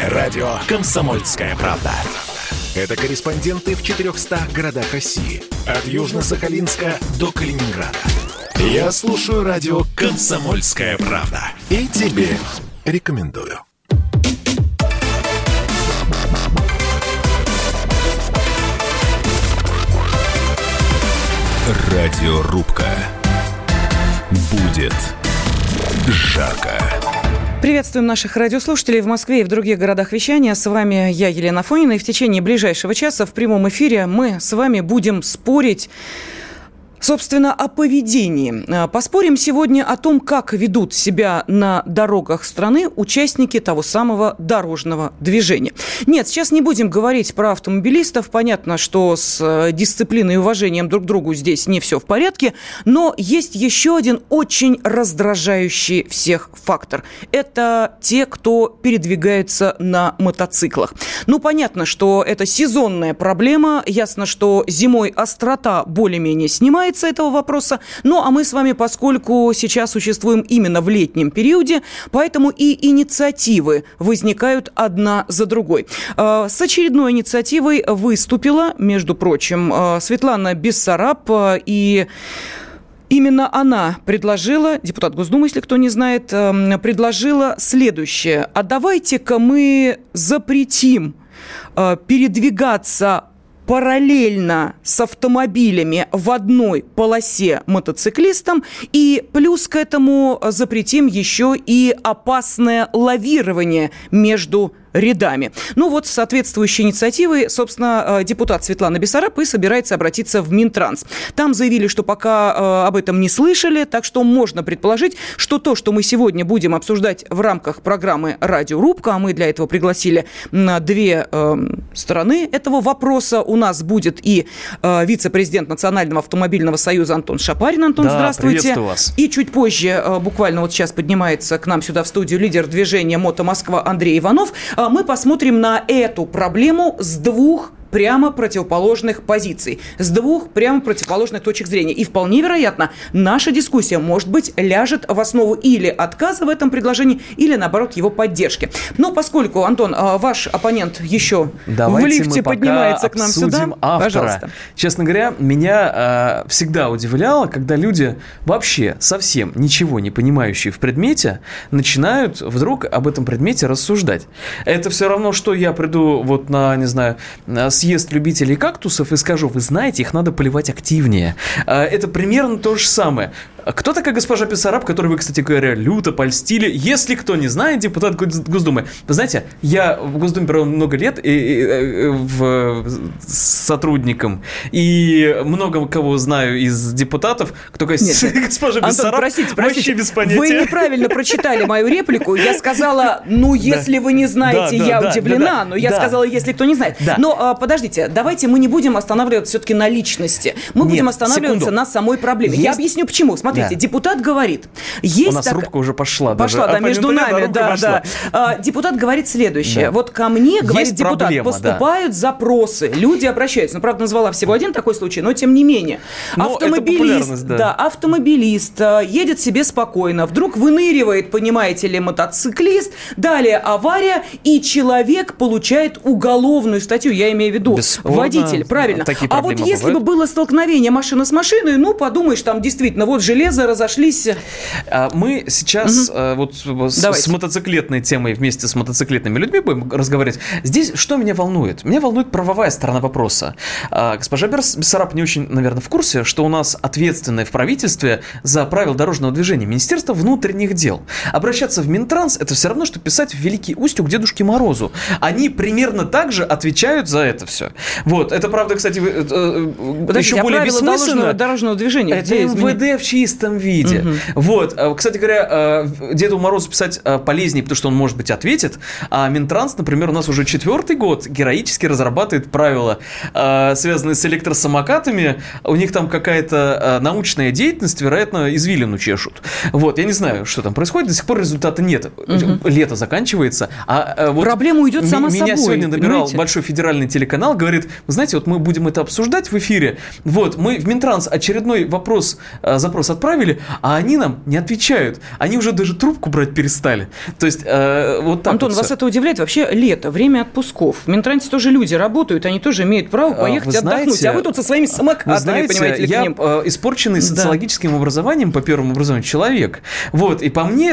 Радио «Комсомольская правда». Это корреспонденты в 400 городах России. От Южно-Сахалинска до Калининграда. Я слушаю радио «Комсомольская правда». И тебе рекомендую. Радиорубка. Будет жарко. Приветствуем наших радиослушателей в Москве и в других городах вещания. С вами я, Елена Афонина. И в течение ближайшего часа в прямом эфире мы с вами будем спорить, собственно, о поведении. Поспорим сегодня о том, как ведут себя на дорогах страны участники того самого дорожного движения. Нет, сейчас не будем говорить про автомобилистов. Понятно, что с дисциплиной и уважением друг к другу здесь не все в порядке. Но есть еще один очень раздражающий всех фактор. Это те, кто передвигается на мотоциклах. Ну, понятно, что это сезонная проблема. Ясно, что зимой острота более-менее снимается этого вопроса. Ну, а мы с вами, поскольку сейчас существуем именно в летнем периоде, поэтому и инициативы возникают одна за другой. С очередной инициативой выступила, между прочим, Светлана Бессараб, и именно она предложила, депутат Госдумы, если кто не знает, предложила следующее. А давайте-ка мы запретим передвигаться параллельно с автомобилями в одной полосе мотоциклистам, и плюс к этому запретим еще и опасное лавирование между рядами. Ну вот с соответствующей инициативой, собственно, депутат Светлана Бессараб и собирается обратиться в Минтранс. Там заявили, что пока об этом не слышали, так что можно предположить, что то, что мы сегодня будем обсуждать в рамках программы «Радиорубка», а мы для этого пригласили две стороны этого вопроса. У нас будет и вице-президент Национального автомобильного союза Антон Шапарин. Антон, да, здравствуйте. Приветствую вас. И чуть позже, буквально вот сейчас поднимается к нам сюда в студию лидер движения «Мото Москва» Андрей Иванов. Мы посмотрим на эту проблему с двух прямо противоположных позиций, с двух прямо противоположных точек зрения. И вполне вероятно, наша дискуссия, может быть, ляжет в основу или отказа в этом предложении, или, наоборот, его поддержки. Но поскольку, Антон, ваш оппонент еще в лифте поднимается к нам сюда, автора. Пожалуйста. Честно говоря, меня всегда удивляло, когда люди, вообще совсем ничего не понимающие в предмете, начинают вдруг об этом предмете рассуждать. Это все равно, что я приду вот на, не знаю, съезд любителей кактусов и скажу: вы знаете, их надо поливать активнее. Это примерно то же самое. Кто такая госпожа Бессараб, которую вы, кстати говоря, люто польстили? Если кто не знает, депутат Госдумы. Вы знаете, я в Госдуме провел много лет с сотрудником, и много кого знаю из депутатов, кто говорит: госпожа Бессараб, простите, вообще без понятия. Вы неправильно прочитали мою реплику. Я сказала, если вы не знаете, я удивлена, но я сказала, если кто не знает. Но подождите, давайте мы не будем останавливаться все-таки на личности. Мы будем останавливаться на самой проблеме. Я объясню, почему. Смотрите, депутат говорит... У нас рубка уже пошла. Пошла, между нами. Депутат говорит следующее. Вот ко мне, говорит депутат, поступают запросы, люди обращаются. Правда, назвала всего один такой случай, но тем не менее. Автомобилист едет себе спокойно, вдруг выныривает, понимаете ли, мотоциклист, далее авария, и человек получает уголовную статью. Я имею в виду водитель, правильно. А вот если бы было столкновение машины с машиной, подумаешь, там действительно, вот железо, разошлись. Мы сейчас с мотоциклетной темой вместе с мотоциклетными людьми будем разговаривать. Здесь что меня волнует? Меня волнует правовая сторона вопроса. Госпожа Бессараб не очень, наверное, в курсе, что у нас ответственное в правительстве за правила дорожного движения Министерство внутренних дел. Обращаться в Минтранс – это все равно, что писать в Великий Устюг Дедушке Морозу. Они примерно так же отвечают за это все. Вот. Это, правда, кстати, еще более бессмысленно. Дорожного движения. Это МВД в чистом виде. Вот. Кстати говоря, Деду Морозу писать полезнее, потому что он, может быть, ответит. А Минтранс, например, у нас уже 4-й год героически разрабатывает правила, связанные с электросамокатами. У них там какая-то научная деятельность, вероятно, извилину чешут. Вот. Я не знаю, что там происходит. До сих пор результата нет. Лето заканчивается. Проблема уйдет сама собой. Меня сегодня набирал большой федеральный телеканал, говорит: вы знаете, вот мы будем это обсуждать в эфире. Вот. Мы в Минтранс очередной запрос заправили, а они нам не отвечают. Они уже даже трубку брать перестали. То есть, вот так. Антон, вот вас это удивляет? Вообще лето, время отпусков. В Минтрансе тоже люди работают, они тоже имеют право поехать отдохнуть. А вы тут со своими самокатами, понимаете ли, к ним. Я испорченный социологическим образованием, по первому образованию, человек. Вот, и по мне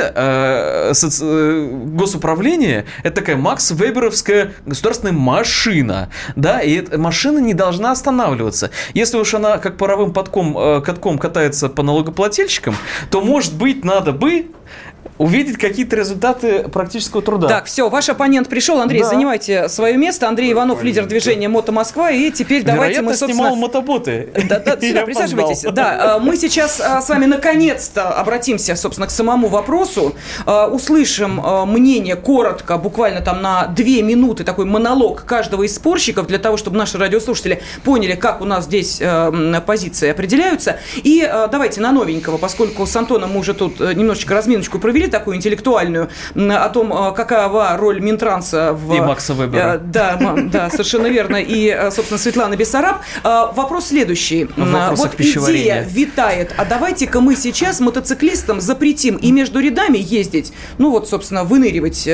госуправление – это такая Макс Веберовская государственная машина, да, и эта машина не должна останавливаться. Если уж она как паровым катком катается по налогоплательщикам, то, может быть, надо бы увидеть какие-то результаты практического труда. Так, все, ваш оппонент пришел. Андрей, занимайте свое место. Андрей Иванов, лидер движения «Мото Москва». И теперь давайте мы, собственно... снимал мотоботы. Да, сюда присаживайтесь. Да, мы сейчас с вами наконец-то обратимся, собственно, к самому вопросу. Услышим мнение коротко, буквально там на 2 минуты, такой монолог каждого из спорщиков, для того, чтобы наши радиослушатели поняли, как у нас здесь позиции определяются. И давайте на новенького, поскольку с Антоном мы уже тут немножечко разминочку провели, такую интеллектуальную, о том, какова роль Минтранса в... И Макса Вебера. Да, совершенно верно. И, собственно, Светлана Бессараб. Вопрос следующий. Вот идея витает. А давайте-ка мы сейчас мотоциклистам запретим и между рядами ездить, ну вот, собственно, выныривать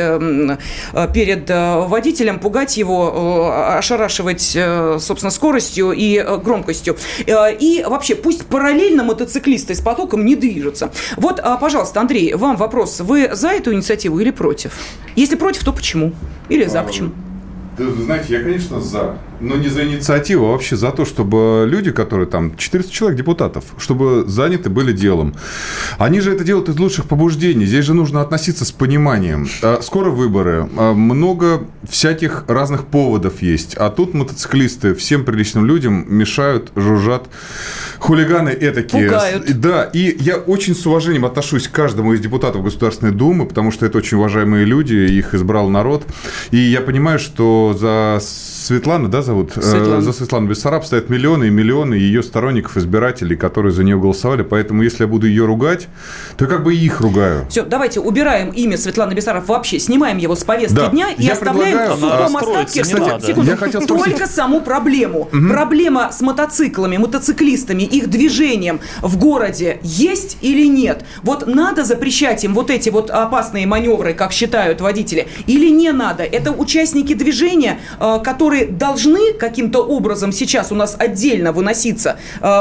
перед водителем, пугать его, ошарашивать, собственно, скоростью и громкостью. И вообще пусть параллельно мотоциклисты с потоком не движутся. Вот, пожалуйста, Андрей, вам вопрос. Вы за эту инициативу или против? Если против, то почему? Или за почему? Да, знаете, я, конечно, за. Но не за инициативу, а вообще за то, чтобы люди, которые там, 400 человек депутатов, чтобы заняты были делом. Они же это делают из лучших побуждений. Здесь же нужно относиться с пониманием. Скоро выборы. Много всяких разных поводов есть. А тут мотоциклисты всем приличным людям мешают, жужжат. Хулиганы этакие. Пугают. Да, и я очень с уважением отношусь к каждому из депутатов Государственной Думы, потому что это очень уважаемые люди, их избрал народ. И я понимаю, что за Светлану, да, зовут? За Светлану Бессараб стоят миллионы и миллионы ее сторонников, избирателей, которые за нее голосовали. Поэтому, если я буду ее ругать, то я как бы их ругаю. Все, давайте убираем имя Светланы Бессараб вообще, снимаем его с повестки дня и оставляем в сухом остатке. Секунду, только саму проблему. Проблема с мотоциклами, мотоциклистами, их движением в городе есть или нет? Вот надо запрещать им вот эти вот опасные маневры, как считают водители, или не надо? Это участники движения, которые должны каким-то образом сейчас у нас отдельно выноситься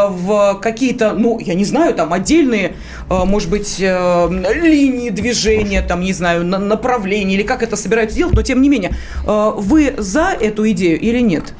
в какие-то, ну, я не знаю, там отдельные, может быть, линии движения, там, не знаю, направления, или как это собираются делать, но тем не менее, вы за эту идею или нет?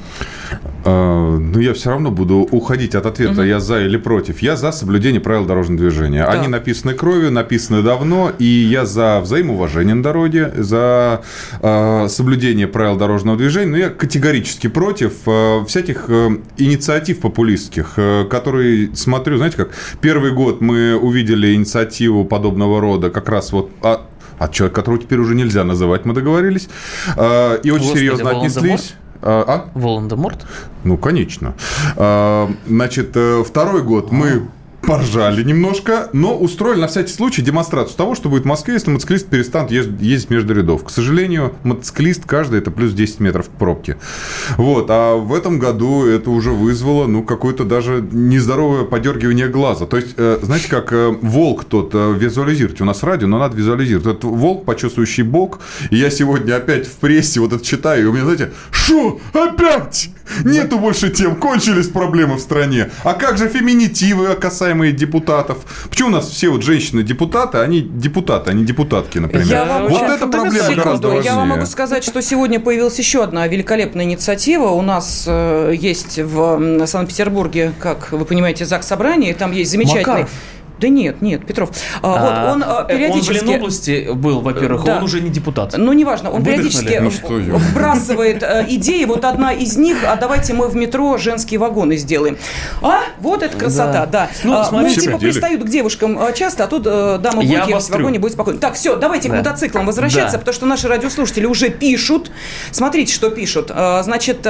Ну, я все равно буду уходить от ответа, я за или против. Я за соблюдение правил дорожного движения. Да. Они написаны кровью, написаны давно, и я за взаимоуважение на дороге, за соблюдение правил дорожного движения, но я категорически против всяких инициатив популистских, которые, смотрю, знаете как, первый год мы увидели инициативу подобного рода как раз вот... от человека, которого теперь уже нельзя называть, мы договорились, и очень серьезно отнеслись... Волан-де-Морт? Ну, конечно. Значит, второй год мы поржали немножко, но устроили на всякий случай демонстрацию того, что будет в Москве, если мотоциклист перестанет ездить между рядов. К сожалению, мотоциклист каждый – это плюс 10 метров к пробке. Вот. А в этом году это уже вызвало, ну, какое-то даже нездоровое подергивание глаза. То есть, знаете, как волк тот, визуализируйте, у нас радио, но надо визуализировать. Этот волк, почесывающий бок, и я сегодня опять в прессе вот это читаю, и у меня, знаете, шо? Опять? Нету больше тем, кончились проблемы в стране. А как же феминитивы, касаемые депутатов? Почему у нас все вот женщины-депутаты, они депутаты, а не депутатки, например? Вот эта проблема гораздо важнее. Я вам могу сказать, что сегодня появилась еще одна великолепная инициатива. У нас есть в Санкт-Петербурге, как вы понимаете, ЗАГС-собрание, там есть замечательный... Макаров. Да нет, Петров. Вот он периодически... Он в Ленобласти был, во-первых, да. Он уже не депутат. Ну, неважно, он периодически вбрасывает идеи. Вот одна из них, а давайте мы в метро женские вагоны сделаем. Вот это красота, да. Ну, смотрите, типа пристают к девушкам часто, а тут дама будет ехать в вагоне, будет спокойно. Так, все, давайте к мотоциклам возвращаться, потому что наши радиослушатели уже пишут. Смотрите, что пишут. Значит,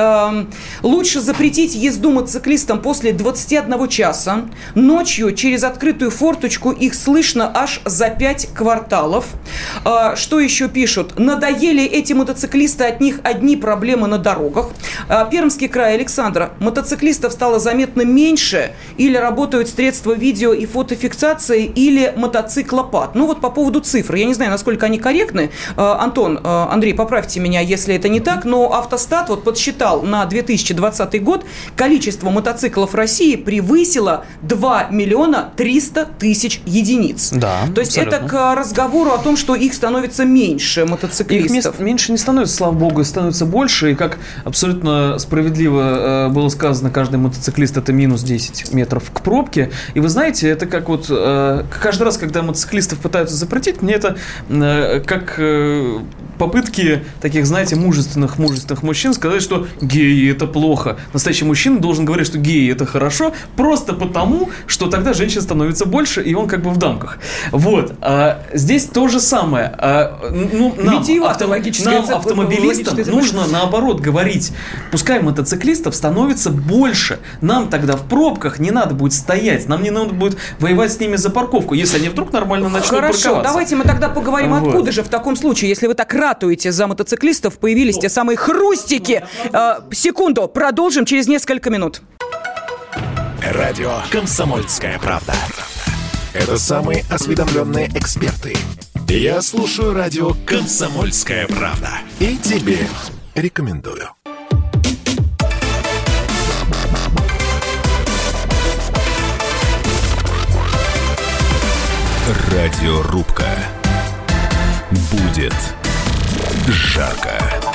лучше запретить езду мотоциклистам после 21 часа, ночью через открытую форточку их слышно аж за 5 кварталов. Что еще пишут? Надоели эти мотоциклисты, от них одни проблемы на дорогах. Пермский край, Александра. Мотоциклистов стало заметно меньше, или работают средства видео и фотофиксации, или мотоциклопад. Ну вот по поводу цифр. Я не знаю, насколько они корректны. Антон, Андрей, поправьте меня, если это не так, но Автостат вот подсчитал на 2020 год количество мотоциклов в России превысило 2 миллиона 300 тысяч единиц. Да, то есть абсолютно. это к разговору о том, что их становится меньше, мотоциклистов. Их меньше не становится, слава богу, становится больше. И как абсолютно справедливо было сказано, каждый мотоциклист – это минус 10 метров к пробке. И вы знаете, это как вот каждый раз, когда мотоциклистов пытаются запретить, мне это как попытки таких, знаете, мужественных мужчин сказать, что геи – это плохо. Настоящий мужчина должен говорить, что геи – это хорошо, просто потому, что тогда женщин становится больше, и он как бы в дамках. Вот. Здесь то же самое. Нам, автомобилистам, нужно наоборот говорить, пускай мотоциклистов становится больше. Нам тогда в пробках не надо будет стоять, нам не надо будет воевать с ними за парковку, если они вдруг нормально начнут парковаться. Хорошо, давайте мы тогда поговорим, откуда же в таком случае, если вы так ратуете за мотоциклистов, появились те самые хрустики. Секунду, продолжим через несколько минут. Радио «Комсомольская правда». Это самые осведомленные эксперты. Я слушаю радио «Комсомольская правда». И тебе рекомендую. Радиорубка. Будет жарко.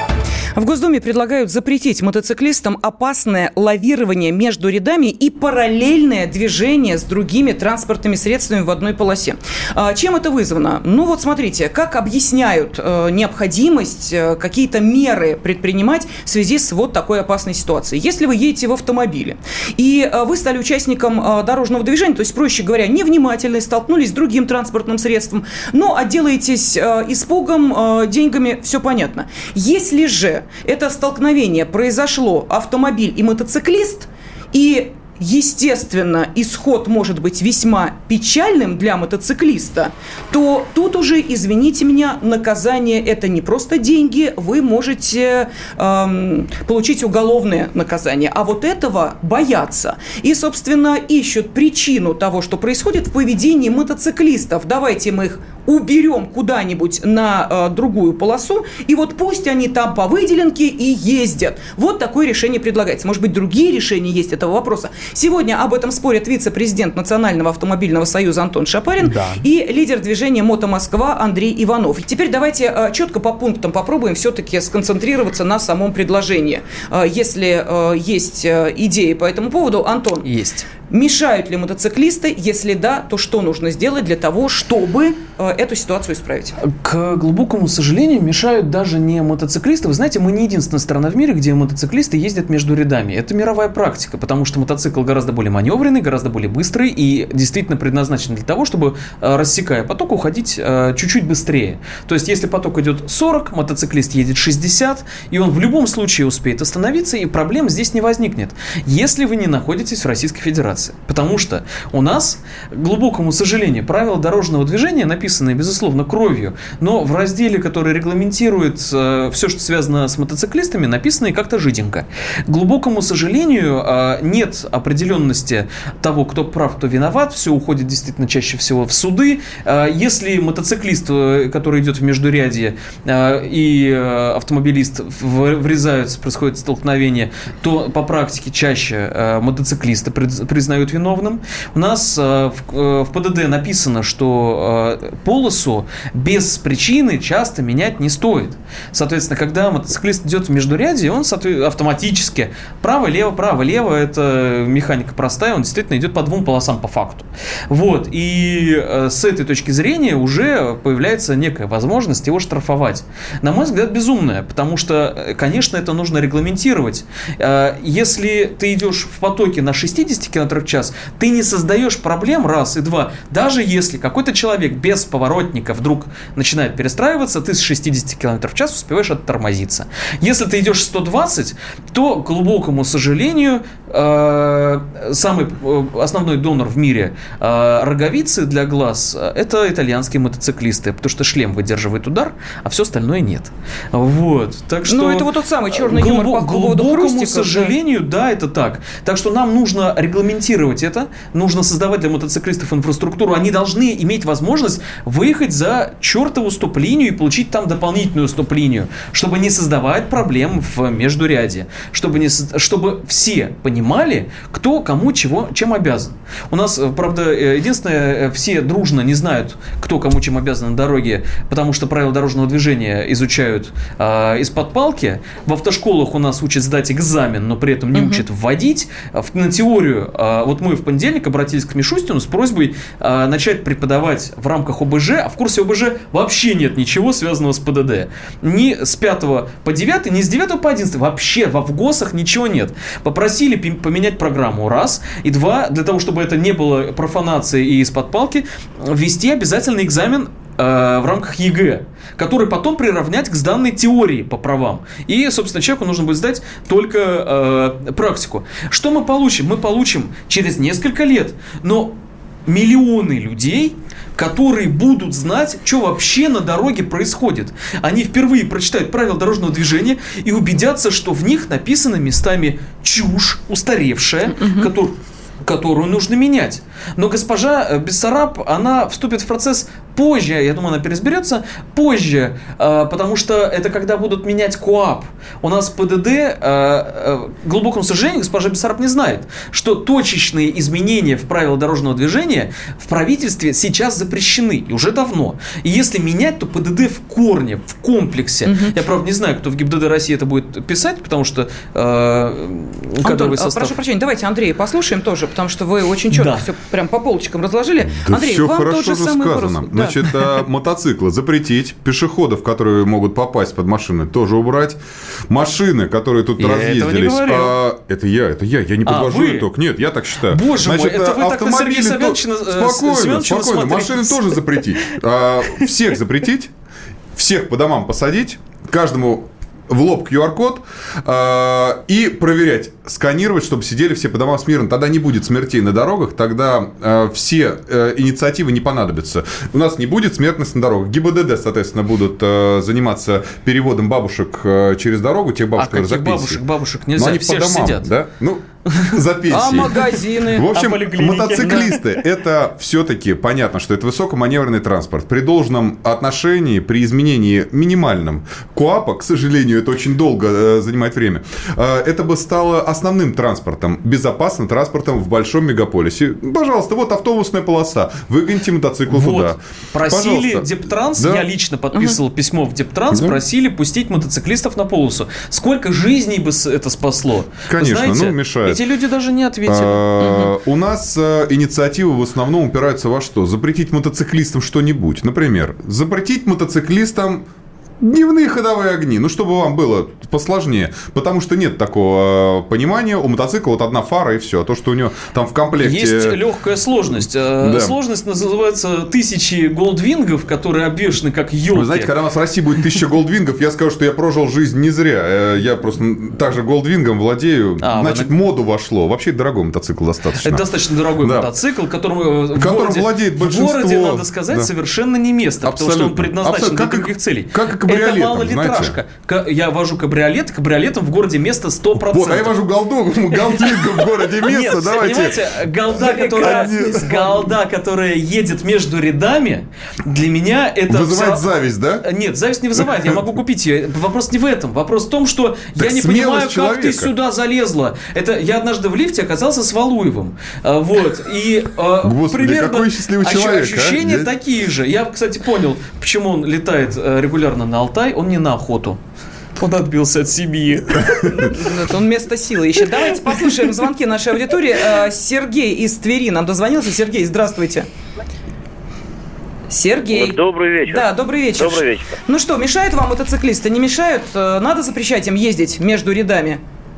В Госдуме предлагают запретить мотоциклистам опасное лавирование между рядами и параллельное движение с другими транспортными средствами в одной полосе. Чем это вызвано? Ну вот смотрите, как объясняют необходимость какие-то меры предпринимать в связи с вот такой опасной ситуацией. Если вы едете в автомобиле, и вы стали участником дорожного движения, то есть, проще говоря, невнимательны, столкнулись с другим транспортным средством, но отделаетесь испугом, деньгами, все понятно. Если же это столкновение произошло автомобиль и мотоциклист, и, естественно, исход может быть весьма печальным для мотоциклиста, то тут уже, извините меня, наказание – это не просто деньги, вы можете получить уголовное наказание. А вот этого боятся. И, собственно, ищут причину того, что происходит в поведении мотоциклистов. Давайте мы их уберем куда-нибудь на другую полосу, и вот пусть они там по выделенке и ездят. Вот такое решение предлагается. Может быть, другие решения есть этого вопроса. Сегодня об этом спорят вице-президент Национального автомобильного союза Антон Шапарин и лидер движения «Мото Москва» Андрей Иванов. Теперь давайте четко по пунктам попробуем все-таки сконцентрироваться на самом предложении. Если есть идеи по этому поводу, Антон. Есть. Мешают ли мотоциклисты? Если да, то что нужно сделать для того, чтобы эту ситуацию исправить? К глубокому сожалению, мешают даже не мотоциклисты. Вы знаете, мы не единственная страна в мире, где мотоциклисты ездят между рядами. Это мировая практика, потому что мотоцикл гораздо более маневренный, гораздо более быстрый и действительно предназначен для того, чтобы, рассекая поток, уходить чуть-чуть быстрее. То есть, если поток идет 40, мотоциклист едет 60, и он в любом случае успеет остановиться, и проблем здесь не возникнет, если вы не находитесь в Российской Федерации. Потому что у нас, к глубокому сожалению, правила дорожного движения, написанные, безусловно, кровью, но в разделе, который регламентирует все, что связано с мотоциклистами, написанные как-то жиденько. К глубокому сожалению, нет определенности того, кто прав, кто виноват. Все уходит действительно чаще всего в суды. Если мотоциклист, который идет в междурядье, и автомобилист врезаются, происходит столкновение, то по практике чаще мотоциклиста признают виновным. У нас в ПДД написано, что полосу без причины часто менять не стоит. Соответственно, когда мотоциклист идет в междурядье, он автоматически право-лево, это механика простая, он действительно идет по двум полосам по факту. Вот. И с этой точки зрения уже появляется некая возможность его штрафовать. На мой взгляд, безумная, потому что, конечно, это нужно регламентировать. Если ты идешь в потоке на 60 км в час, ты не создаешь проблем, раз, и два. Даже если какой-то человек без поворотника вдруг начинает перестраиваться, ты с 60 км в час успеваешь оттормозиться. Если ты идешь 120, то, к глубокому сожалению, самый основной донор в мире роговицы для глаз – это итальянские мотоциклисты, потому что шлем выдерживает удар, а все остальное нет. Вот. Так что это вот тот самый черный юмор по поводу хрустиков. К сожалению, да, это так. Так что нам нужно регламентировать это, нужно создавать для мотоциклистов инфраструктуру. Они должны иметь возможность выехать за чертову стоп-линию и получить там дополнительную стоп-линию, чтобы не создавать проблем в междуряде, чтобы все понимали, кто кому чем обязан. У нас, правда, единственное, все дружно не знают, кто кому чем обязан на дороге, потому что правила дорожного движения изучают из-под палки. В автошколах у нас учат сдать экзамен, но при этом не учат водить. На теорию, вот мы в понедельник обратились к Мишустину с просьбой начать преподавать в рамках ОБЖ, а в курсе ОБЖ вообще нет ничего связанного с ПДД. Ни с 5 по 9, ни с 9 по 11. Вообще в ВГОСах ничего нет. Попросили поменять программу, раз. И два, для того, чтобы это не было профанацией и из-под палки, ввести обязательный экзамен в рамках ЕГЭ, который потом приравнять к сданной теории по правам. И, собственно, человеку нужно будет сдать только практику. Что мы получим? Мы получим через несколько лет, но миллионы людей, которые будут знать, что вообще на дороге происходит. Они впервые прочитают правила дорожного движения и убедятся, что в них написано местами чушь, устаревшая, которую нужно менять. Но госпожа Бессараб, она вступит в процесс позже, я думаю, она переизберется позже, потому что это когда будут менять КоАП. У нас ПДД, к глубокому сожалению, госпожа Бессараб не знает, что точечные изменения в правила дорожного движения в правительстве сейчас запрещены, и уже давно. И если менять, то ПДД в корне, в комплексе. Я, правда, не знаю, кто в ГИБДД России это будет писать, потому что Антон, прошу прощения, давайте Андрея послушаем тоже, потому что вы очень четко все прям по полочкам разложили. Да, Андрей, все вам хорошо тот же самый сказано. вопрос. Значит, мотоциклы запретить, пешеходов, которые могут попасть под машины, тоже убрать. Машины, которые тут разъездились. Это я не подвожу итог. Нет, я так считаю. Боже мой, это вы так на Сергея Собянчина спокойно. Машины тоже запретить. Всех запретить, всех по домам посадить, каждому в лоб QR-код и проверять, сканировать, чтобы сидели все по домам смирно. Тогда не будет смертей на дорогах, тогда все инициативы не понадобятся. У нас не будет смертности на дорогах. ГИБДД, соответственно, будут заниматься переводом бабушек через дорогу, тех бабушек, которые за пенсию. Бабушек нельзя, они все по домам, сидят. Да? За пенсией. А магазины? В общем, мотоциклисты, это все-таки понятно, что это высокоманевренный транспорт. При должном отношении, при изменении минимальном КоАПа, к сожалению, это очень долго занимает время, это бы стало основным транспортом, безопасным транспортом в большом мегаполисе. Пожалуйста, вот автобусная полоса, выгоните мотоцикл туда. Просили Дептранс, я лично подписывал письмо в Дептранс, просили пустить мотоциклистов на полосу. Сколько жизней бы это спасло? Конечно, мешает. Эти люди даже не ответили. У нас инициативы в основном упираются во что? Запретить мотоциклистам что-нибудь. Например, запретить мотоциклистам дневные ходовые огни, чтобы вам было посложнее, потому что нет такого понимания, у мотоцикла вот одна фара и все, а то, что у него там в комплекте... Есть легкая сложность. Сложность называется 1000 голдвингов, которые обвешаны как елки. Вы знаете, когда у нас в России будет 1000 голдвингов, я скажу, что я прожил жизнь не зря. Я просто также голдвингом владею. Значит, моду вошло. Вообще дорогой мотоцикл достаточно. Это достаточно дорогой мотоцикл, которым владеет большинство. В городе, надо сказать, совершенно не место, потому что он предназначен для других целей. Это малолитражка. Я вожу кабриолетом в городе место 100%. Вот, а я вожу голдвингом в городе место. Нет, понимаете, голда, которая едет между рядами, для меня это... Вызывает зависть, да? Нет, зависть не вызывает, я могу купить ее. Вопрос не в этом. Вопрос в том, что я не понимаю, как ты сюда залезла. Это я однажды в лифте оказался с Валуевым. Вот. И примерно какой счастливый человек, ощущения такие же. Я, кстати, понял, почему он летает регулярно на Алтай, он не на охоту. Он отбился от семьи. Он место силы ищет. Давайте послушаем звонки нашей аудитории. Сергей из Твери нам дозвонился. Сергей, здравствуйте. Сергей. Добрый вечер. Да, добрый вечер. Добрый вечер. Ну что, мешают вам мотоциклисты? Не мешают? Надо запрещать им ездить между рядами?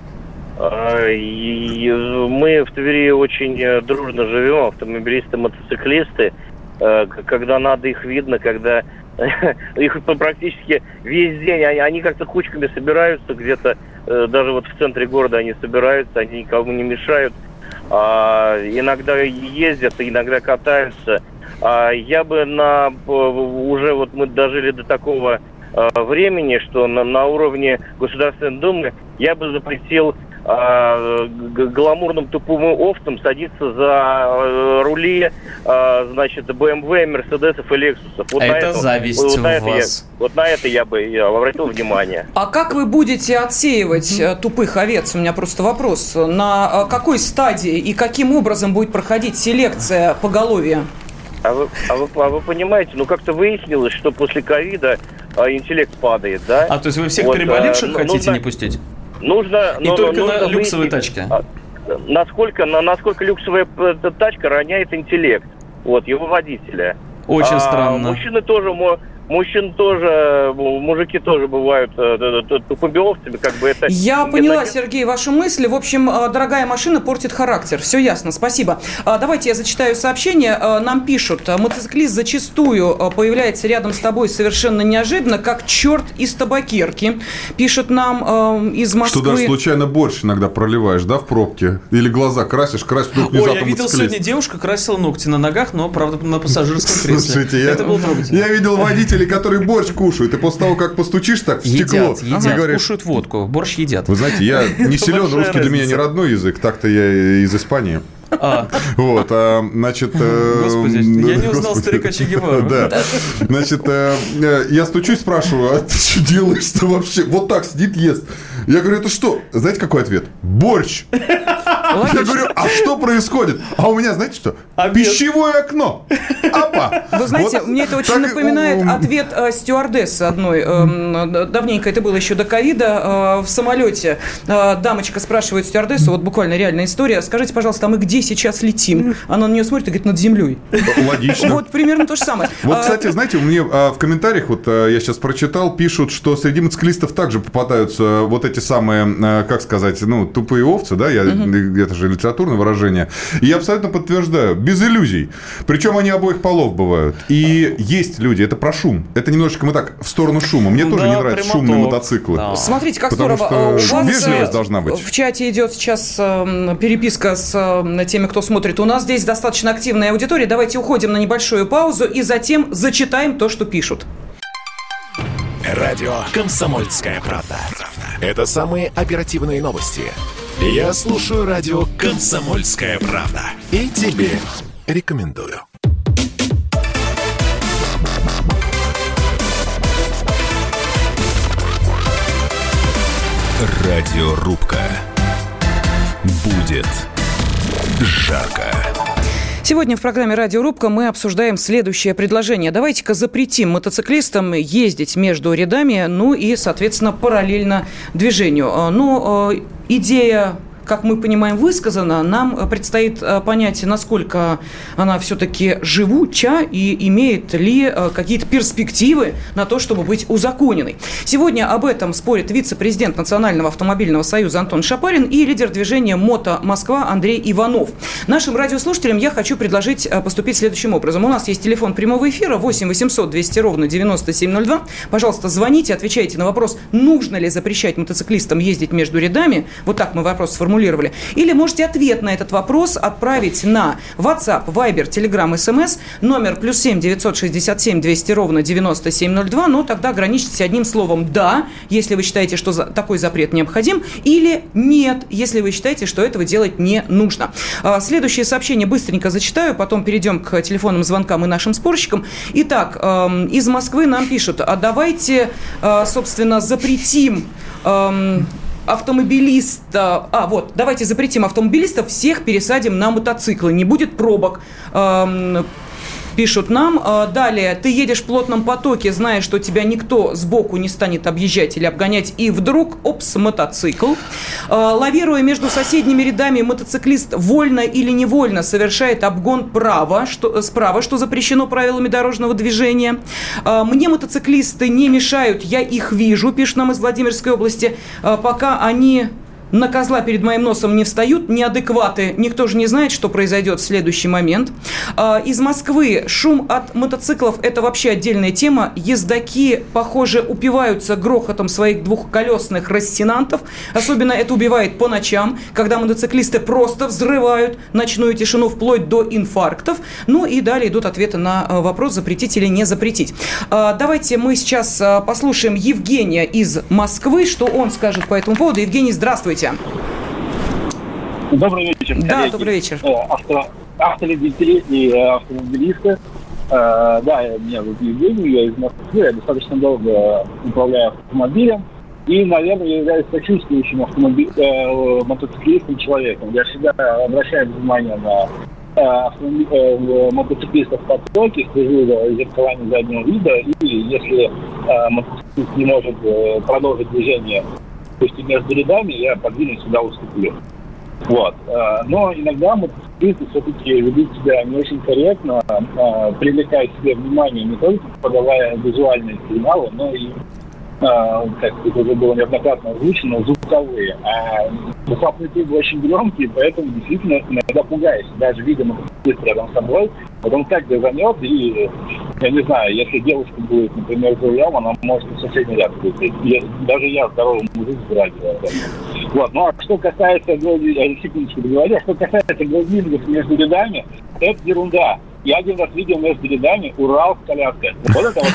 Мы в Твери очень дружно живем, автомобилисты, мотоциклисты. Когда надо, их видно, когда их практически весь день, они как-то кучками собираются где-то даже вот в центре города они собираются, они никому не мешают. Иногда ездят, иногда катаются. Я бы уже вот мы дожили до такого времени, что на уровне Государственной Думы я бы запретил гламурным тупым овцам садиться за рули, значит, BMW, Мерседесов и Лексусов. Вот это зависть у вас. Вот на это я бы обратил внимание. А как вы будете отсеивать тупых овец? У меня просто вопрос. На какой стадии и каким образом будет проходить селекция поголовья? А вы понимаете, как-то выяснилось, что после ковида интеллект падает, да? То есть вы всех переболевших хотите не пустить? Нужно на люксовой тачке. Насколько люксовая тачка роняет интеллект, его водителя. Очень странно. Мужики тоже бывают тупобеловцами, как бы это... Я поняла, Сергей, вашу мысль. В общем, дорогая машина портит характер. Все ясно, спасибо. Давайте я зачитаю сообщение. Нам пишут: мотоциклист зачастую появляется рядом с тобой совершенно неожиданно, как черт из табакерки. Пишут нам из Москвы. Что даже случайно борщ иногда проливаешь, да, в пробке? Или глаза красишь вдруг внезапно. Я видел сегодня девушка красила ногти на ногах, но, правда, на пассажирском кресле. Слушайте, это было трогательно. Я видел водителей, которые борщ кушают, и после того, как постучишь так в стекло... Едят, кушают водку, борщ едят. Вы знаете, я не силен, русский для меня не родной язык, так-то я из Испании. Значит... Господи, я не узнал старика Че Гевару. Да. Значит, я стучусь, спрашиваю: а ты что делаешь-то вообще? Вот так сидит, ест. Я говорю: это что? Знаете, какой ответ? Борщ. Я говорю: а что происходит? А у меня, знаете что? Пищевое окно. Апа. Вы знаете, мне это очень напоминает ответ стюардессы одной. Давненько это было еще до ковида. В самолете дамочка спрашивает стюардессу, вот буквально реальная история: скажите, пожалуйста, а мы где сейчас летим? Она на нее смотрит и говорит: над землей. Логично. Вот примерно то же самое. Вот, кстати, знаете, мне в комментариях, вот я сейчас прочитал, пишут, что среди мотоциклистов также попадаются вот эти самые, как сказать, тупые овцы, да, это же литературное выражение. И я абсолютно подтверждаю, без иллюзий. Причем они обоих полов бывают. И есть люди, это про шум. Это немножечко мы так в сторону шума. Мне тоже не нравятся шумные мотоциклы. Да. Смотрите, как потому здорово. Что вежливость должна быть. В чате идет сейчас переписка с теми, кто смотрит. У нас здесь достаточно активная аудитория. Давайте уходим на небольшую паузу и затем зачитаем то, что пишут. Радио «Комсомольская правда». Это самые оперативные новости. Я слушаю радио «Комсомольская правда». И тебе рекомендую. Радиорубка. Будет жарко. Сегодня в программе «Радиорубка» мы обсуждаем следующее предложение. Давайте-ка запретим мотоциклистам ездить между рядами, и, соответственно, параллельно движению. Идея, как мы понимаем, высказана. Нам предстоит понять, насколько она все-таки живуча и имеет ли какие-то перспективы на то, чтобы быть узаконенной. Сегодня об этом спорит вице-президент Национального автомобильного союза Антон Шапарин и лидер движения «Мото Москва» Андрей Иванов. Нашим радиослушателям я хочу предложить поступить следующим образом. У нас есть телефон прямого эфира 8 800 200 ровно 9702. Пожалуйста, звоните, отвечайте на вопрос, нужно ли запрещать мотоциклистам ездить между рядами. Вот так мы вопрос сформулировали. Или можете ответ на этот вопрос отправить на WhatsApp, Viber, Telegram, SMS, номер +7 967 200 ровно 9702, но тогда ограничьтесь одним словом «да», если вы считаете, что такой запрет необходим, или «нет», если вы считаете, что этого делать не нужно. Следующее сообщение быстренько зачитаю, потом перейдем к телефонным звонкам и нашим спорщикам. Итак, из Москвы нам пишут: а давайте, собственно, запретим... давайте запретим автомобилистов, всех пересадим на мотоциклы, не будет пробок. Пишут нам. Далее, ты едешь в плотном потоке, зная, что тебя никто сбоку не станет объезжать или обгонять, и вдруг, мотоцикл. Лавируя между соседними рядами, мотоциклист вольно или невольно совершает обгон справа, что запрещено правилами дорожного движения. Мне мотоциклисты не мешают, я их вижу, пишут нам из Владимирской области, пока они на козла перед моим носом не встают, неадекваты. Никто же не знает, что произойдет в следующий момент. Из Москвы шум от мотоциклов – это вообще отдельная тема. Ездаки, похоже, упиваются грохотом своих двухколесных рассенантов. Особенно это убивает по ночам, когда мотоциклисты просто взрывают ночную тишину вплоть до инфарктов. Ну и далее идут ответы на вопрос, запретить или не запретить. Давайте мы сейчас послушаем Евгения из Москвы, что он скажет по этому поводу. Евгений, здравствуйте. Добрый вечер. Да, коллеги. Добрый вечер. Автолюбители и автомобилисты. Да, меня зовут Евгений, я из Москвы, я достаточно долго управляю автомобилем. И, наверное, я являюсь сочувствующим мотоциклистским человеком. Я всегда обращаю внимание на мотоциклистов в потоке, слежу за зеркалами заднего вида, и если мотоциклист не может продолжить движение, то есть между рядами, я подвинусь сюда, уступлю. Вот. Но иногда мотоциклисты все-таки ведут себя не очень корректно, привлекая к себе внимание не только подавая визуальные сигналы, но и, как это уже было неоднократно озвучено, звуковые. А выхлопные трубы очень громкие, поэтому действительно иногда пугаешься. Даже видя мотоциклиста рядом с собой, вот он так газанет, и, я не знаю, если девушка будет, например, за рулем, она может в соседний ряд выйти. Даже я, здоровый мужик, вздрагиваю. Вот. Ну, а что касается, секундочку договорю, что касается гроздингов между рядами, это ерунда. Я один раз видел между рядами Урал с коляской. Вот это вот.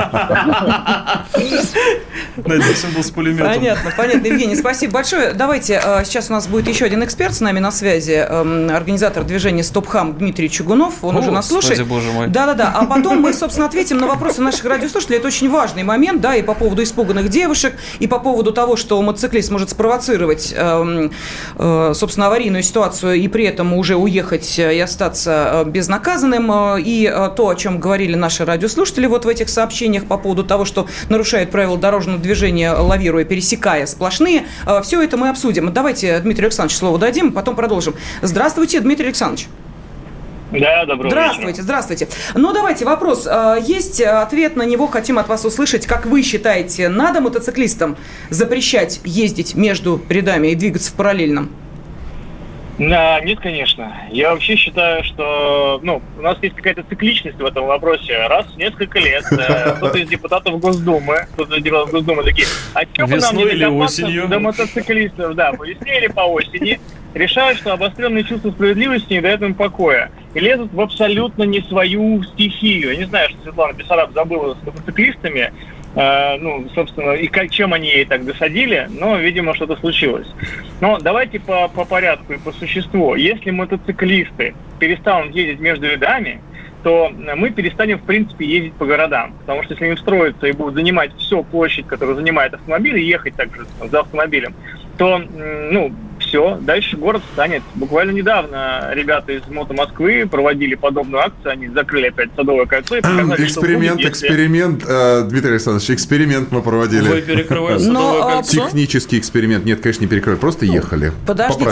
Надеюсь, он был с пулеметом. Понятно. Евгений, спасибо большое. Давайте, сейчас у нас будет еще один эксперт с нами на связи, организатор движения «Стоп-хам» Дмитрий Чугунов. Он уже нас слушает. Боже мой. Да. А потом мы, собственно, ответим на вопросы наших радиослушателей. Это очень важный момент, да, и по поводу испуганных девушек, и по поводу того, что мотоциклист может спровоцировать, собственно, аварийную ситуацию и при этом уже уехать и остаться безнаказанным. И то, о чем говорили наши радиослушатели вот в этих сообщениях по поводу того, что нарушают правила дорожного движения, лавируя, пересекая сплошные. Все это мы обсудим. Давайте Дмитрию Александровичу слово дадим, потом продолжим. Здравствуйте, Дмитрий Александрович. Да, доброго вечера. Здравствуйте. Ну, давайте, вопрос. Есть ответ на него, хотим от вас услышать. Как вы считаете, надо мотоциклистам запрещать ездить между рядами и двигаться в параллельном? Нет, конечно. Я вообще считаю, что у нас есть какая-то цикличность в этом вопросе. Раз в несколько лет кто-то из депутатов Госдумы такие, а что бы нам не докопаться до мотоциклистов, по весне или по осени, решают, что обостренные чувства справедливости не дают им покоя. И лезут в абсолютно не свою стихию. Я не знаю, что Светлана Бессараб забыла с мотоциклистами, собственно, и чем они ей так досадили, но, видимо, что-то случилось. Но давайте по порядку и по существу. Если мотоциклисты перестанут ездить между рядами, то мы перестанем, в принципе, ездить по городам. Потому что если они встроятся и будут занимать всю площадь, которую занимает автомобиль, и ехать также за автомобилем, то, все, дальше город встанет. Буквально недавно ребята из Мото Москвы проводили подобную акцию, они закрыли опять Садовое кольцо и показали, Эксперимент, Дмитрий Александрович, эксперимент мы проводили. Вы перекрываете Садовое кольцо? Технический эксперимент. Нет, конечно, не перекрывали, просто ехали. Подождите,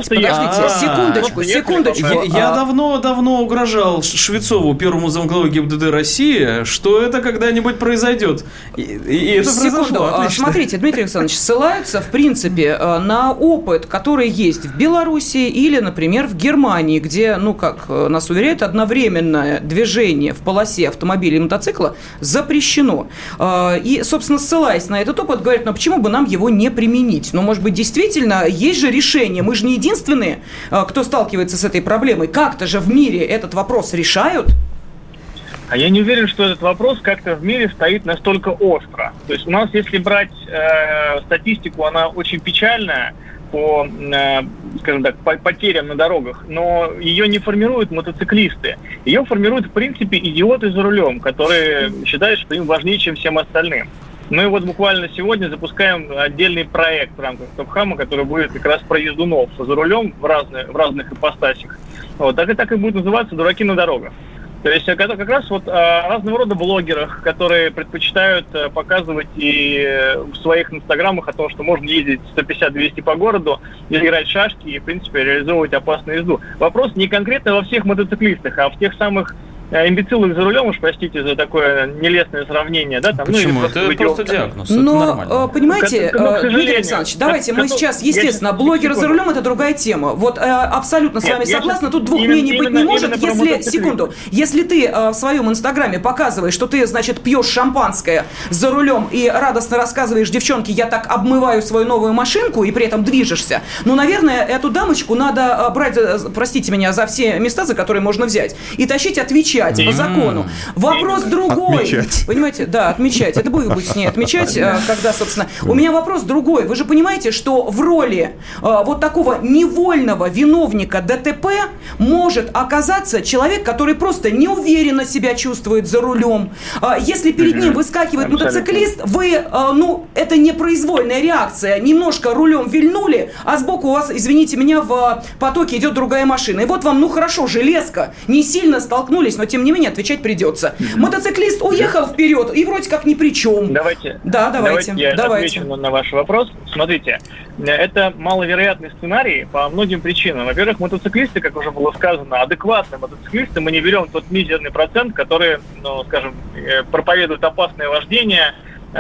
секундочку. Я давно угрожал Швецову, первому замглавы ГИБДД России, что это когда-нибудь произойдет. И это произошло. Смотрите, Дмитрий Александрович, ссылаются, в принципе, на опыт, который есть в Беларуси или, например, в Германии, где, как нас уверяют, одновременное движение в полосе автомобиля и мотоцикла запрещено. И, собственно, ссылаясь на этот опыт, говорят, почему бы нам его не применить? Может быть, действительно, есть же решение. Мы же не единственные, кто сталкивается с этой проблемой. Как-то же в мире этот вопрос решают? А я не уверен, что этот вопрос как-то в мире стоит настолько остро. То есть у нас, если брать статистику, она очень печальная по, скажем так, потерям на дорогах, но ее не формируют мотоциклисты. Ее формируют, в принципе, идиоты за рулем, которые считают, что им важнее, чем всем остальным. Мы вот буквально сегодня запускаем отдельный проект в рамках Стоп-хама, который будет как раз про ездунов за рулем в разных ипостасях. Так и будет называться «Дураки на дорогах». То есть как раз разного рода блогерах, которые предпочитают показывать и в своих инстаграмах о том, что можно ездить 150-200 по городу, играть в шашки и, в принципе, реализовывать опасную езду. Вопрос не конкретно во всех мотоциклистах, а в тех самых имбецилы за рулем, уж простите за такое нелестное сравнение, да? Там, почему? Ну, это просто диагноз, но, это нормально. Понимаете, Дмитрий Александрович, давайте мы сейчас, естественно, блогеры за рулем – это другая тема. Вот абсолютно с вами согласна, тут двух мнений быть не может. Если ты в своем инстаграме показываешь, что ты, значит, пьешь шампанское за рулем и радостно рассказываешь девчонке, я так обмываю свою новую машинку, и при этом движешься, ну, наверное, эту дамочку надо брать, простите меня, за все места, за которые можно взять, и тащить отвечать по закону. Вопрос другой. Отмечать. Понимаете? Да, отмечать. Это вы будете с ней отмечать, когда, собственно... У меня вопрос другой. Вы же понимаете, что в роли вот такого невольного виновника ДТП может оказаться человек, который просто неуверенно себя чувствует за рулем. Если перед ним выскакивает мотоциклист, вы, это непроизвольная реакция. Немножко рулем вильнули, а сбоку у вас, извините меня, в потоке идет другая машина. И вот вам, хорошо, железка, не сильно столкнулись, но тем не менее отвечать придется. Мотоциклист уехал вперед и вроде как ни при чем. Давайте я отвечу на ваш вопрос. Смотрите, это маловероятный сценарий по многим причинам. Во-первых, мотоциклисты, как уже было сказано, адекватные мотоциклисты, мы не берем тот мизерный процент, который, проповедует опасное вождение,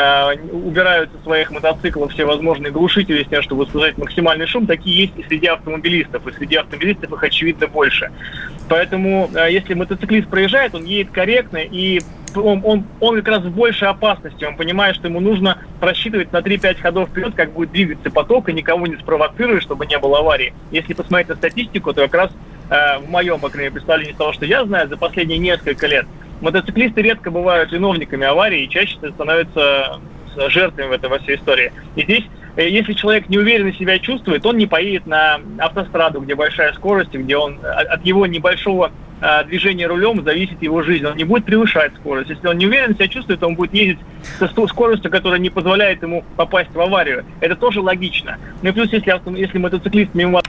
убирают со своих мотоциклов все возможные глушители с тем, чтобы создать максимальный шум. Такие есть и среди автомобилистов. И среди автомобилистов их, очевидно, больше. Поэтому, если мотоциклист проезжает, он едет корректно, и он как раз в большей опасности. Он понимает, что ему нужно просчитывать на 3-5 ходов вперед, как будет двигаться поток, и никого не спровоцировать, чтобы не было аварии. Если посмотреть на статистику, то как раз в моем, по крайней мере, представлении того, что я знаю, за последние несколько лет мотоциклисты редко бывают виновниками аварии и чаще становятся жертвами во всей истории. И здесь, если человек неуверенно себя чувствует, он не поедет на автостраду, где большая скорость, где от его небольшого движения рулем зависит его жизнь. Он не будет превышать скорость. Если он неуверенно себя чувствует, он будет ездить со скоростью, которая не позволяет ему попасть в аварию. Это тоже логично. Ну и плюс, если мотоциклист мимо...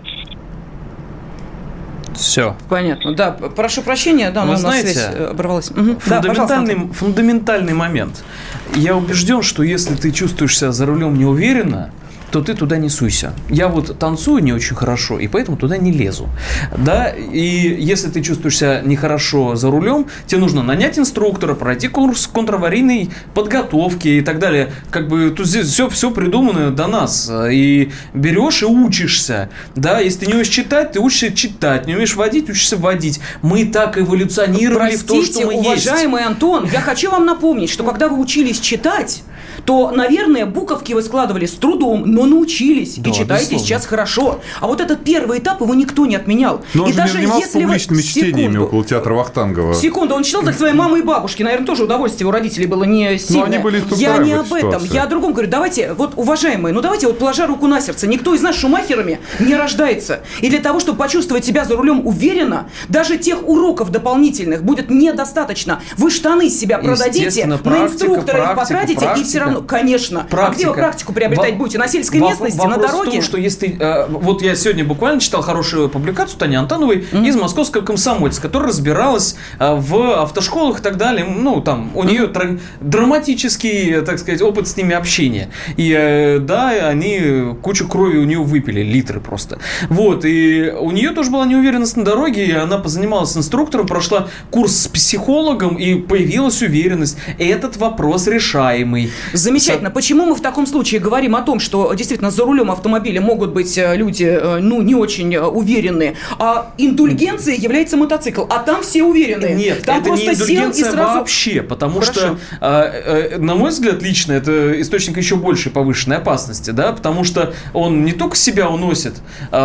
Все. Понятно. Да, прошу прощения, да, вы знаете, связь оборвалась. Фундаментальный момент. Я убежден, что если ты чувствуешь себя за рулем неуверенно, то ты туда не суйся. Я вот танцую не очень хорошо, и поэтому туда не лезу. Да, и если ты чувствуешь себя нехорошо за рулем, тебе нужно нанять инструктора, пройти курс контраварийной подготовки и так далее. Как бы тут здесь все придумано до нас. И берешь и учишься. Да, если ты не умеешь читать, ты учишься читать. Не умеешь водить, учишься водить. Мы так эволюционировали в то, что мы есть. Уважаемый Антон, я хочу вам напомнить, что когда вы учились читать, то, наверное, буковки вы складывали с трудом, но научились. Да, и читаете безусловно. Сейчас хорошо. А вот этот первый этап его никто не отменял. Но он и же даже не занимался публичными чтениями около театра Вахтангова. Секунду, он читал так своей мамы и бабушки. Наверное, тоже удовольствие у родителей было не сильное. Но они были я не об этом. Я о другом говорю. Давайте, вот, уважаемые, давайте вот положа руку на сердце. Никто из нас шумахерами не рождается. И для того, чтобы почувствовать себя за рулем уверенно, даже тех уроков дополнительных будет недостаточно. Вы штаны из себя продадите, на инструктора их потратите, и все равно, конечно. Практика. А где вы практику приобретать будете? На сельской местности, на дороге? Вопрос в том, что если... вот я сегодня буквально читал хорошую публикацию Тани Антоновой из Московского комсомольца, которая разбиралась в автошколах и так далее. Там у нее драматический, так сказать, опыт с ними общения. И да, они кучу крови у нее выпили, литры просто. Вот, и у нее тоже была неуверенность на дороге, и она позанималась с инструктором, прошла курс с психологом, и появилась уверенность. Этот вопрос решаемый. Замечательно. Почему мы в таком случае говорим о том, что действительно за рулем автомобиля могут быть люди, не очень уверенные, а индульгенцией является мотоцикл, а там все уверенные. Нет, там это просто не индульгенция сел и сразу... вообще, потому что, на мой взгляд, лично это источник еще большей повышенной опасности, да, потому что он не только себя уносит,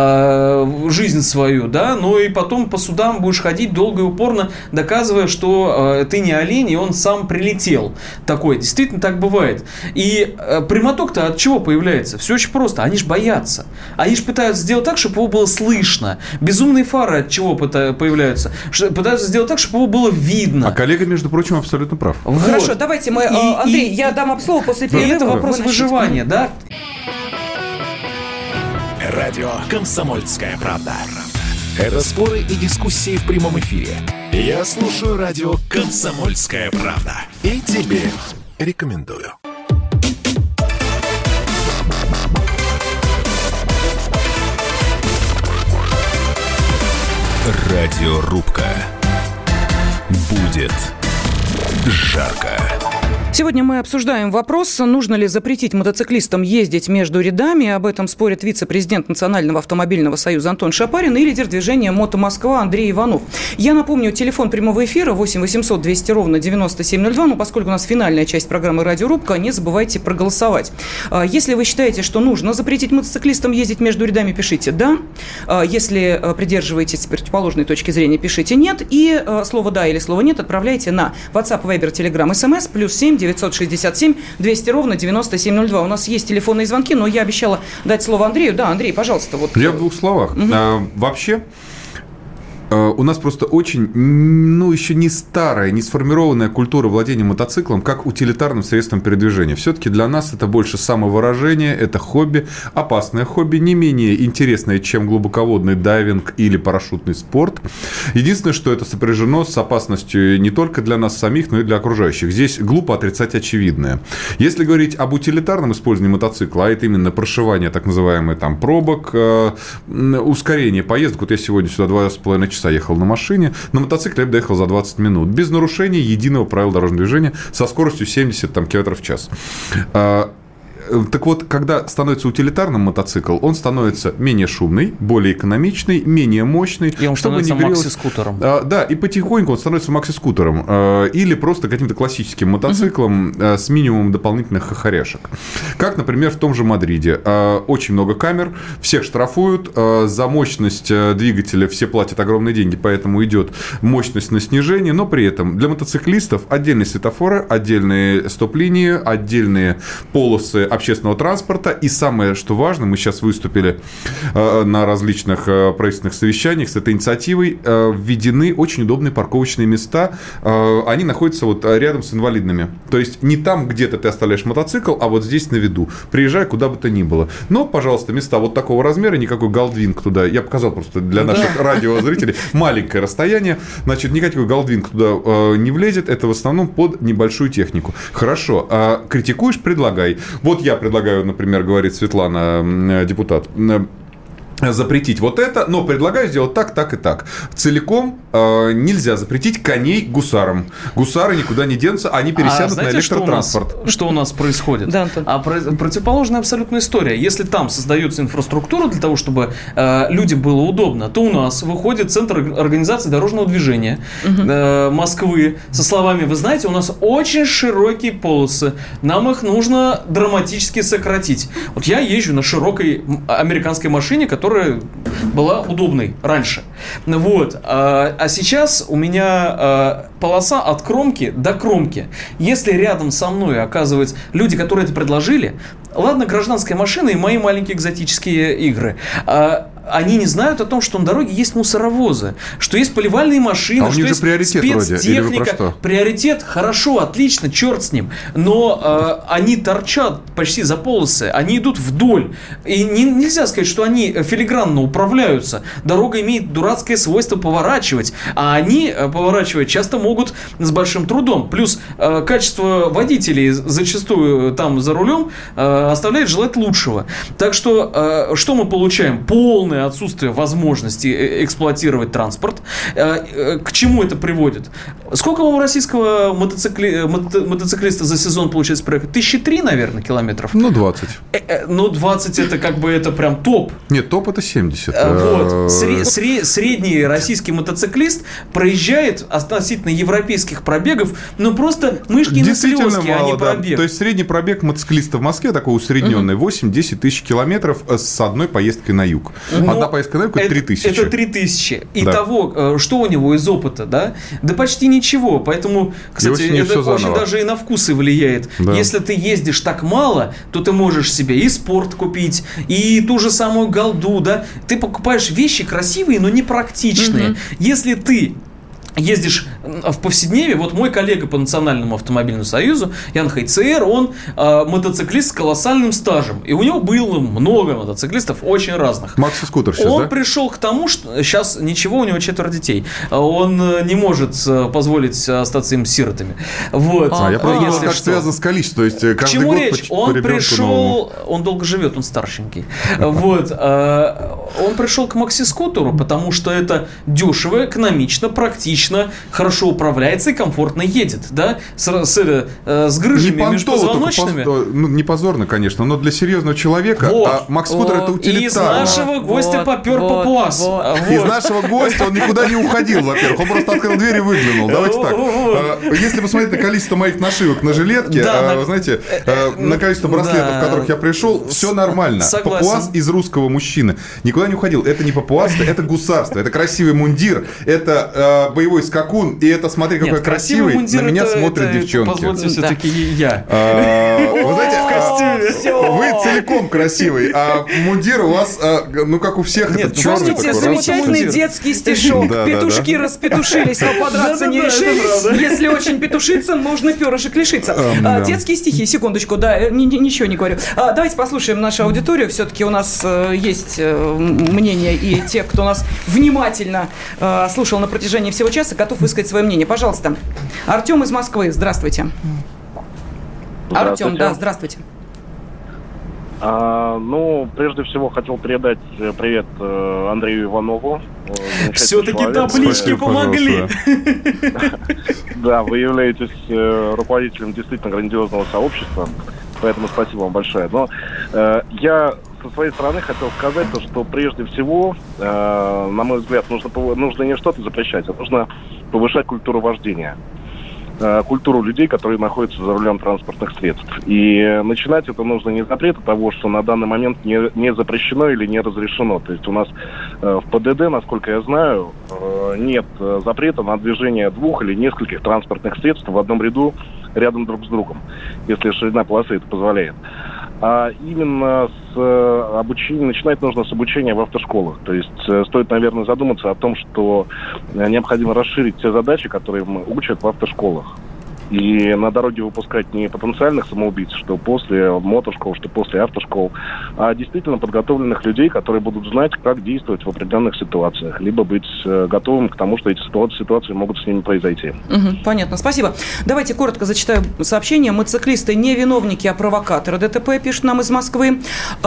жизнь свою, да, но и потом по судам будешь ходить долго и упорно, доказывая, что ты не олень, и он сам прилетел. Такое, действительно так бывает. И прямоток-то от чего появляется? Все очень просто. Они же боятся. Они же пытаются сделать так, чтобы его было слышно. Безумные фары от чего появляются? Пытаются сделать так, чтобы его было видно. А коллега, между прочим, абсолютно прав. Вот. Хорошо, давайте мы... Андрей, я дам вам слово после перерыва. Это вопрос выживания, да? Радио «Комсомольская правда». Это споры и дискуссии в прямом эфире. Я слушаю радио «Комсомольская правда». И тебе рекомендую. Радиорубка. будет жарко. Сегодня мы обсуждаем вопрос, нужно ли запретить мотоциклистам ездить между рядами. Об этом спорит вице-президент Национального автомобильного союза Антон Шапарин и лидер движения «Мото Москва» Андрей Иванов. Я напомню, телефон прямого эфира 8 800 200 ровно 9702. Но поскольку у нас финальная часть программы «Радиорубка», не забывайте проголосовать. Если вы считаете, что нужно запретить мотоциклистам ездить между рядами, пишите «да». Если придерживаетесь противоположной точки зрения, пишите «нет». И слово «да» или слово «нет» отправляйте на WhatsApp, Viber, Telegram, SMS +7 967 200 ровно 9702. У нас есть телефонные звонки, но я обещала дать слово Андрею. Да, Андрей, пожалуйста. Вот. Я в двух словах. Вообще, у нас просто очень, еще не старая, не сформированная культура владения мотоциклом как утилитарным средством передвижения. Все-таки для нас это больше самовыражение, это хобби, опасное хобби, не менее интересное, чем глубоководный дайвинг или парашютный спорт. Единственное, что это сопряжено с опасностью не только для нас самих, но и для окружающих. Здесь глупо отрицать очевидное. Если говорить об утилитарном использовании мотоцикла, а это именно прошивание так называемых там пробок, ускорение поездок. Вот я сегодня сюда 2,5 часа ехал на машине, на мотоцикле я доехал за 20 минут, без нарушения единого правила дорожного движения со скоростью 70 км в час. Так вот, когда становится утилитарным мотоцикл, он становится менее шумный, более экономичный, менее мощный. И он становится макси-скутером. Да, и потихоньку он становится макси-скутером. Или просто каким-то классическим мотоциклом с минимумом дополнительных хохоряшек. Как, например, в том же Мадриде. Очень много камер, всех штрафуют. За мощность двигателя все платят огромные деньги, поэтому идет мощность на снижение. Но при этом для мотоциклистов отдельные светофоры, отдельные стоп-линии, отдельные полосы общественного транспорта. И самое, что важно, мы сейчас выступили на различных правительственных совещаниях с этой инициативой, введены очень удобные парковочные места. Они находятся вот рядом с инвалидными. То есть не там где-то ты оставляешь мотоцикл, а вот здесь на виду. Приезжай куда бы то ни было. Но, пожалуйста, места вот такого размера, никакой галдвинг туда. Я показал просто для наших радиозрителей. Маленькое расстояние. Значит, никакой галдвинг туда не влезет. Это в основном под небольшую технику. Хорошо. Критикуешь, предлагай. Вот я предлагаю, например, говорит Светлана, депутат, запретить вот это, но предлагаю сделать так, так и так. Целиком нельзя запретить коней гусарам. Гусары никуда не денутся, они пересядут на электротранспорт. Что у нас происходит? Да, противоположная абсолютная история. Если там создается инфраструктура для того, чтобы людям было удобно, то у нас выходит Центр организации дорожного движения Москвы со словами: вы знаете, у нас очень широкие полосы, нам их нужно драматически сократить. Вот я езжу на широкой американской машине, которая была удобной раньше. Вот. А сейчас у меня полоса от кромки до кромки. Если рядом со мной оказываются люди, которые это предложили, ладно, гражданская машина и мои маленькие экзотические игры, они не знают о том, что на дороге есть мусоровозы, что есть поливальные машины, что есть спецтехника. Приоритет, хорошо, отлично, черт с ним. Но они торчат почти за полосы, они идут вдоль. И нельзя сказать, что они филигранно управляются. Дорога имеет дурацкое свойство поворачивать, а они, поворачивая, часто могут с большим трудом. Плюс качество водителей зачастую там за рулем оставляет желать лучшего. Так что, что мы получаем? Полное отсутствие возможности эксплуатировать транспорт. К чему это приводит? Сколько у российского мотоциклиста за сезон получается проехать? 1003, наверное, километров? 20. 20 это как бы это прям топ. Нет, топ это 70. Вот. Средний российский мотоциклист проезжает относительно европейских пробегов, но просто мышки на слезки, а не пробег. То есть средний пробег мотоциклиста в Москве такой усредненный 8-10 тысяч километров с одной поездкой на юг. Одна поездка на юг – это 3000. Это 3000. Итого, что у него из опыта, да? Да почти ничего. Поэтому, кстати, это очень даже и на вкусы влияет. Да. Если ты ездишь так мало, то ты можешь себе и спорт купить, и ту же самую голду, да? Ты покупаешь вещи красивые, но непрактичные. Если ты ездишь в повседневе, вот мой коллега по Национальному автомобильному союзу, Ян Хайцер, он мотоциклист с колоссальным стажем. И у него было много мотоциклистов очень разных. Макси-скутер сейчас, Он пришел к тому, что сейчас ничего, у него 4 детей. Он не может позволить остаться им сиротами. Вот. Я просто думал, как связано с количеством. То есть к чему речь? Он пришел, он долго живет, он старшенький. Вот. Он пришел к макси-скутеру, потому что это дешево, экономично, практично. отлично, хорошо управляется и комфортно едет, да, с грыжами межпозвоночными. Не позорно, конечно, но для серьезного человека Макс-скутер это утилитарно. И из нашего гостя попер папуас. Из нашего гостя он никуда не уходил, во-первых, он просто открыл дверь и выглянул. Давайте так. Если посмотреть на количество моих нашивок на жилетке, вы знаете, на количество браслетов, в которых я пришел, все нормально. Папуас из русского мужчины никуда не уходил. Это не папуасство, это гусарство, это красивый мундир, это боевой скакун, и это, смотри, какой красивый, на меня смотрят девчонки. Позвольте все-таки я. Вы знаете, вы целиком красивый, а мундир у вас, ну, как у всех, этот черный такой. Помните замечательный детский стишок? Петушки распетушились, но подраться не решились. Если очень петушиться, можно перышек лишиться. Детские стихи, секундочку, да, ничего не говорю. Давайте послушаем нашу аудиторию. Все-таки у нас есть мнение, и те, кто нас внимательно слушал на протяжении всего часа, готов высказать свое мнение. Пожалуйста. Артем из Москвы, здравствуйте. Артем, да, здравствуйте. Ну, прежде всего, хотел передать привет Андрею Иванову. Все-таки таблички помогли. Да, вы являетесь руководителем действительно грандиозного сообщества, поэтому спасибо вам большое. Но я со своей стороны хотел сказать, что прежде всего, на мой взгляд, нужно не что-то запрещать, а нужно повышать культуру вождения. Культуру людей, которые находятся за рулем транспортных средств. И начинать это нужно не с запрета того, что на данный момент не запрещено или не разрешено. То есть у нас в ПДД, насколько я знаю, нет запрета на движение двух или нескольких транспортных средств в одном ряду рядом друг с другом, если ширина полосы это позволяет. А именно с обучения начинать нужно с обучения в автошколах. То есть стоит, наверное, задуматься о том, что необходимо расширить те задачи, которые учат в автошколах. И на дороге выпускать не потенциальных самоубийц, что после мотошкол, что после автошкол, а действительно подготовленных людей, которые будут знать, как действовать в определенных ситуациях, либо быть готовым к тому, что эти ситуации могут с ними произойти. Понятно, спасибо. Давайте коротко зачитаю сообщение. Мотоциклисты не виновники, а провокаторы. ДТП пишет нам из Москвы.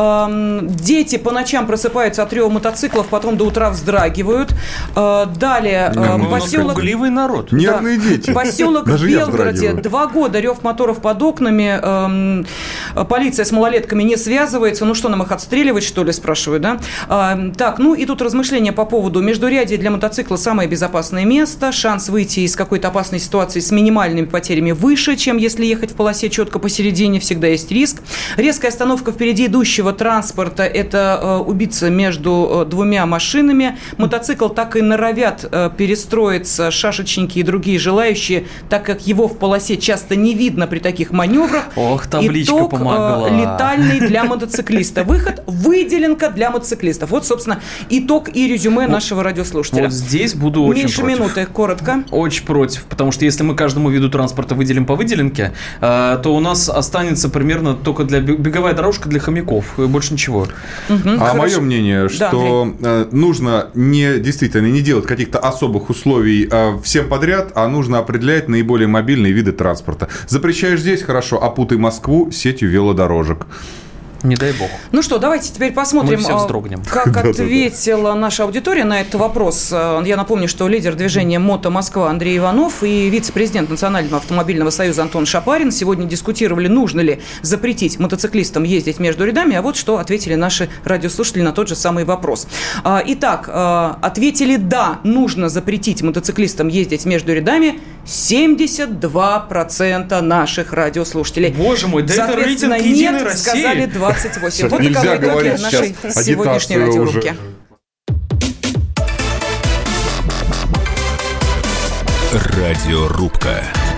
Дети по ночам просыпаются от рева мотоциклов, потом до утра вздрагивают. Далее поселок... Угливый народ. Нервные дети. Поселок Белгород. 2 года рев моторов под окнами. Полиция с малолетками не связывается. Ну что, нам их отстреливать, что ли, спрашиваю, да? Так, ну и тут размышления по поводу междурядья для мотоцикла самое безопасное место. Шанс выйти из какой-то опасной ситуации с минимальными потерями выше, чем если ехать в полосе четко посередине. Всегда есть риск. Резкая остановка впереди идущего транспорта – это убиться между двумя машинами. Мотоцикл так и норовят перестроиться шашечники и другие желающие, так как его в полосе часто не видно при таких маневрах. Ох, табличка Итог помогла. Летальный для мотоциклиста. Выход – выделенка для мотоциклистов. Вот, собственно, итог и резюме нашего радиослушателя. Вот здесь буду очень Меньше против. минуты, коротко. Очень против, потому что если мы каждому виду транспорта выделим по выделенке, то у нас останется примерно только беговая дорожка для хомяков, и больше ничего. Мое мнение, что нужно действительно не делать каких-то особых условий всем подряд, а нужно определять наиболее мобильные виды транспорта. Запрещаешь здесь — хорошо, опутай Москву сетью велодорожек. Не дай бог. Ну что, давайте теперь посмотрим, как ответила наша аудитория на этот вопрос. Я напомню, что лидер движения «Мото Москва» Андрей Иванов и вице-президент Национального автомобильного союза Антон Шапарин сегодня дискутировали, нужно ли запретить мотоциклистам ездить между рядами. А вот что ответили наши радиослушатели на тот же самый вопрос. Итак, ответили «да, нужно запретить мотоциклистам ездить между рядами» 72% наших радиослушателей. Боже мой, да это рейтинг «Единой России». Сказали 28. Вот нельзя таковы итоги нашей сегодняшней радиорубки. Радиорубка.